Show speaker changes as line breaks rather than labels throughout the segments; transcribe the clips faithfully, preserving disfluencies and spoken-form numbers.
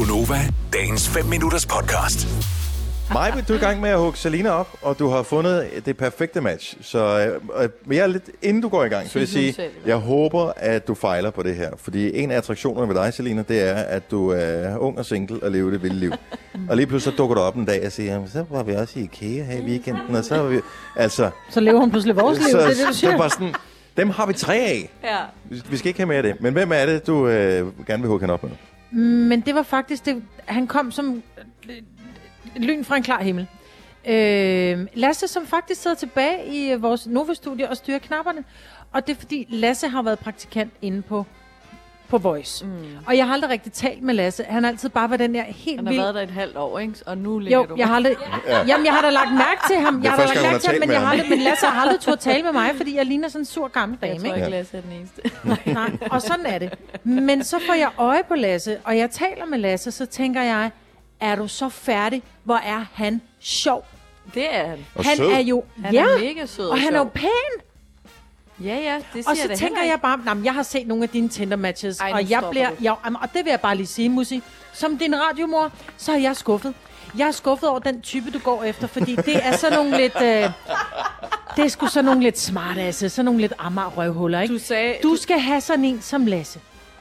Gunova, dagens fem minutters podcast.
Majbrit, du er i gang med at hugge Selina op, og du har fundet det perfekte match. Så øh, jeg lidt, inden du går i gang, så vil jeg sige, jeg håber, at du fejler på det her. Fordi en af attraktionerne ved dig, Selina, det er, at du er ung og single og lever det vilde liv. Og lige pludselig så dukker du op en dag og siger, så var vi også i IKEA her i weekenden, og så var vi... Altså,
så lever hun pludselig vores liv,
så,
det er det, du siger.
Så bare sådan, dem har vi tre af.
Ja.
Vi skal ikke have mere af det. Men hvem er det, du øh, gerne vil hugge hende op med?
Men det var faktisk... Det, han kom som øh, lyn fra en klar himmel. Øh, Lasse, som faktisk sidder tilbage i vores Nova-studie og styrer knapperne. Og det er fordi, Lasse har været praktikant inde på, på Voice. Mm. Og jeg har aldrig rigtig talt med Lasse. Han har altid bare været den der helt vild...
Han har været der et halvt år, ikke? Og nu ligger
jo,
du...
jeg har aldrig... ja. Jamen, jeg har da lagt mærke til ham. Jeg har da lagt mærke til ham, men, jeg har aldrig, men Lasse har aldrig turde tale med mig, fordi jeg ligner sådan en sur gammel dame.
Jeg tror ikke, Lasse er den eneste.
Nej, og sådan er det. Men så får jeg øje på Lasse, og jeg taler med Lasse, så tænker jeg, er du så færdig? Hvor er han sjov?
Det er han.
Og
han
sød.
er jo...
Han
ja,
er mega sød og
og han er jo
sjov.
pæn.
Ja, ja, det siger
Og så
det
tænker jeg bare, nej, jeg har set nogle af dine Tinder-matches,
Ej, nu
og jeg
stopper
bliver,
du.
ja, og det vil jeg bare lige sige, Musi, som din radiomor, så er jeg skuffet. Jeg er skuffet over den type, du går efter, fordi det er sådan nogle lidt, øh, det er sgu sådan nogle lidt smartasse, sådan nogle lidt Amager-røvhuller, ikke?
Du sagde...
Du skal have sådan en som Lasse.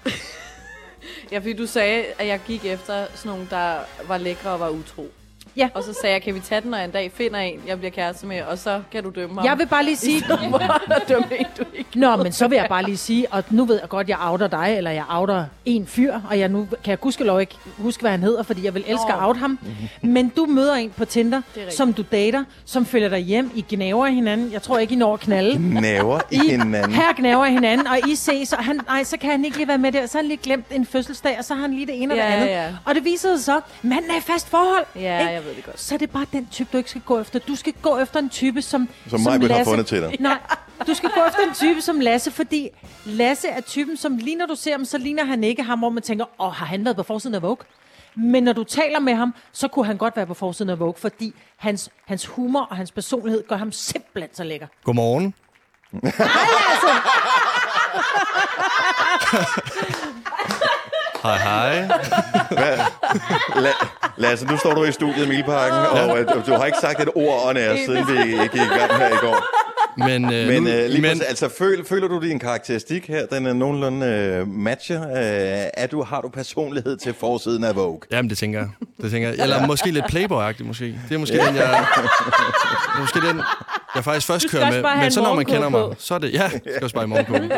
Ja, fordi du sagde, at jeg gik efter sådan nogle, der var lækre og var utro.
Ja.
Og så sagde jeg, kan vi tage den, når jeg en dag finder en, jeg bliver kæreste med, og så kan du dømme ham.
Jeg vil bare lige sige...
at dømme en, du ikke.
Nå, men så vil jeg bare lige sige, og nu ved jeg godt, jeg outer dig, eller jeg outer en fyr, og jeg nu kan jeg gudskelov ikke huske, hvad han hedder, fordi jeg vil elske at out ham. Men du møder en på Tinder, som du dater, som følger dig hjem, I gnaver hinanden. Jeg tror ikke, I når at knalde.
Naver i
I,
hinanden.
her gnaver hinanden, og I ses, og han, nej, så kan han ikke lige være med der. Så har han lige glemt en fødselsdag, og så har han lige det ene og
Ja,
det andet.
ja.
Og det viser sig så, manden er i fast forhold.
Ja,
ikke?
jeg ved det godt.
Så er det bare den type, du ikke skal gå efter. Du skal gå efter en type, som
Som Majbrit har fundet til dig.
Nej, du skal gå efter en type som Lasse, fordi Lasse er typen, som lige når du ser ham, så ligner han ikke ham, hvor man tænker, åh, har han været på forsiden af Vogue? Men når du taler med ham, så kunne han godt være på forsiden af Vogue, fordi hans, hans humor og hans personlighed gør ham simpelthen så lækker.
Godmorgen.
Hej, Lasse!
Hej, hej.
La- Lasse, nu står du i studiet i Milparken, og øh, du, du har ikke sagt et ord on air, siden vi gik i gang her i går.
Men, øh,
Men
nu,
øh, lige
men
men, altså, føl, føler du din karakteristik her, den er nogenlunde øh, matcher? Øh, er du, har du personlighed til forsiden af Vogue?
jamen, det tænker jeg. Det tænker jeg. Eller måske lidt Playboy-agtigt, måske. Det er måske den, jeg... Det er måske den, jeg faktisk først kører
også
med.
bare have
Men
en
så når man kender
morgenkåbe
mig, så er det... Ja, jeg skal også bare i morgenkåbe.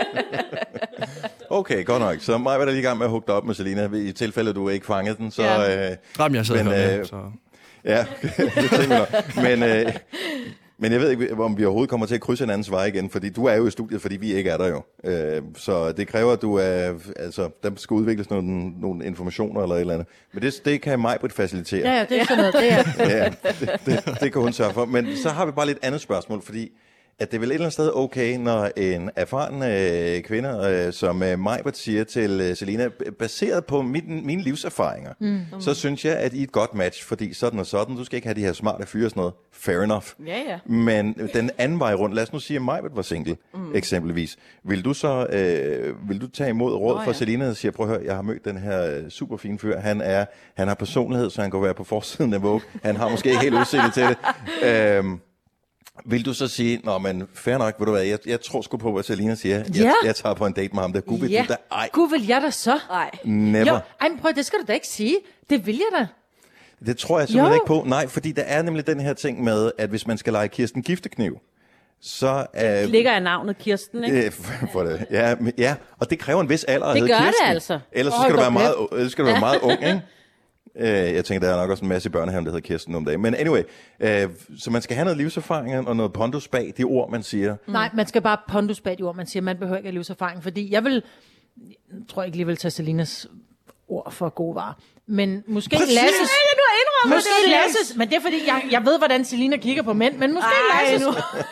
Okay, godt nok. Så mig var der lige i gang med at hugge dig op med Selina. I tilfælde, at du ikke fangede den, så...
Ja.
Øh,
Jamen, jeg sidder
Men,
her
øh,
med, så...
ja, det tænker jeg nok. Men... Øh, Men jeg ved ikke, om vi overhovedet kommer til at krydse hinandens vej igen, fordi du er jo i studiet, fordi vi ikke er der jo. Øh, så det kræver, at du er, altså, der skal udvikles nogle, nogle informationer eller et eller andet. Men det, det kan Majbrit facilitere.
Ja, ja, det er sådan noget. Det er.
Ja, det, det, det kan hun sørge for. Men så har vi bare lidt andet spørgsmål, fordi at det er vel et eller andet sted okay, når en erfaren øh, kvinde, øh, som øh, Majbrit siger til øh, Selina, baseret på min, mine livserfaringer, mm. så synes jeg, at I er et godt match, fordi sådan og sådan, du skal ikke have de her smarte fyre og sådan noget. Fair enough.
Ja, ja.
Men den anden vej rundt, lad os nu sige, at Majbrit var single, mm. eksempelvis. Vil du så øh, vil du tage imod råd
Nå,
fra
ja.
Selina og sige, prøv at høre, jeg har mødt den her øh, super fine fyr, han, er, han har personlighed, så han kan være på forsiden af Vogue, han har måske ikke helt udseende til det. Øhm, Vil du så sige, nå, men fair nok, ved du hvad, jeg, jeg tror sgu på, hvad Selina siger. Jeg,
Ja.
jeg tager på en date med ham der. Gud, vil
Ja,
du da? Ej,
Gud vil jeg da så.
Nej.
never.
Jo, ej, men prøv, det skal du da ikke sige. Det vil jeg da.
Det tror jeg simpelthen
Jo.
ikke på. Nej, fordi der er nemlig den her ting med, at hvis man skal lege Kirsten Giftekniv, så... Øh,
Ligger af navnet Kirsten, ikke?
øh, for, for det. Ja, men- ja, og det kræver en vis alder at
Det
hedde
gør det
Kirsten.
altså.
Ellers så
Åh,
skal du
hvor
være meget, ellers skal du være meget ung, ikke? Øh, jeg tænker, der er nok også en masse i børnehaven, der hedder Kirsten om dagen. Men anyway, øh, så man skal have noget livserfaring og noget pondus bag de ord, man siger.
Mm. Nej, man skal bare pondus bag de ord, man siger. Man behøver ikke have livserfaring, fordi jeg vil... Jeg tror ikke lige vil tage Selinas ord for gode varer. Men måske
Præcis.
Lasses...
Du har indrømmet
Måske
det.
Lasses... Men det er fordi, jeg, jeg ved, hvordan Selina kigger på mænd. Men måske
Ej,
Lasses...
nu.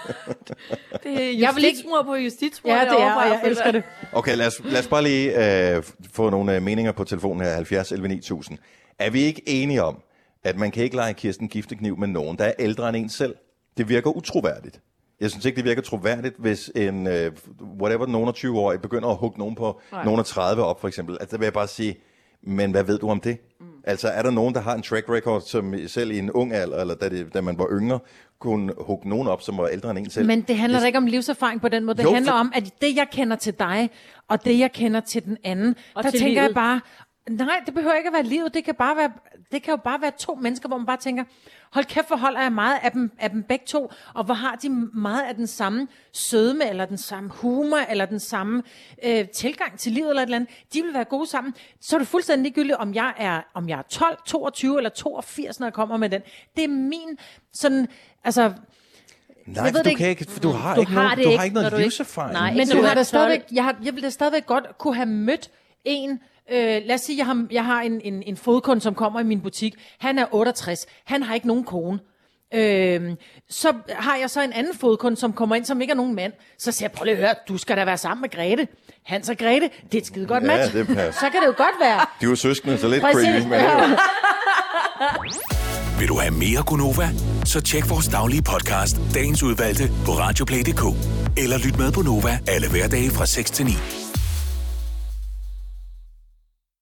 Det er
Jeg vil ikke-
justitsmor på justitsmor.
Ja, det er,
derovre,
og jeg
føler.
elsker det.
Okay, lad os, lad os bare lige øh, få nogle øh, meninger på telefonen her, halvfjerds elleve ni tusind. Er vi ikke enige om, at man kan ikke lege Kirsten Giftekniv med nogen, der er ældre end en selv? Det virker utroværdigt. Jeg synes ikke, det virker troværdigt, hvis en, øh, whatever, nogen af tyve-årig begynder at hugge nogen på,
Nej.
nogen af tredive op, for eksempel. Altså, der vil jeg bare sige, men hvad ved du om det? Mm. Altså, er der nogen, der har en track record, som selv i en ung alder, eller da, det, da man var yngre, kunne hugge nogen op, som var ældre end en selv?
Men det handler det... ikke om livserfaring på den måde. Det jo, handler for... om, at det, jeg kender til dig, og det, jeg kender til den anden, og der tænker livet. jeg bare, nej, det behøver ikke at være livet. Det kan, bare være, det kan jo bare være to mennesker, hvor man bare tænker, hold kæft, hvor holder jeg meget af dem, af dem begge to, og hvor har de meget af den samme sødme, eller den samme humor, eller den samme øh, tilgang til livet, eller et eller andet. De vil være gode sammen. Så er det fuldstændig ligegyldigt, om jeg er, om jeg er tolv, toogtyve eller toogfirs, når jeg kommer med den. Det er min sådan, altså...
Nej, for du, ikke, kan ikke, for du har, du ikke, har, noget, du har ikke noget livserfaring.
Nej, men du har da stadigvæk, jeg, har, jeg vil da stadigvæk godt kunne have mødt en... Øh, lad os sige, jeg har, jeg har en, en, en fodkunde, som kommer i min butik. Han er otteogtres. Han har ikke nogen kone. Øh, så har jeg så en anden fodkunde, som kommer ind, som ikke er nogen mand. Så siger jeg, prøv lige at høre, du skal da være sammen med Grete. Hans og Grete, det er et skide godt
ja,
match.
Det
så kan det jo godt være.
De er jo søskende, så lidt crazy. Men
vil du have mere Gunova? Så tjek vores daglige podcast, dagens udvalgte, på radioplay punktum d k. Eller lyt med på Nova alle hverdage fra seks til ni.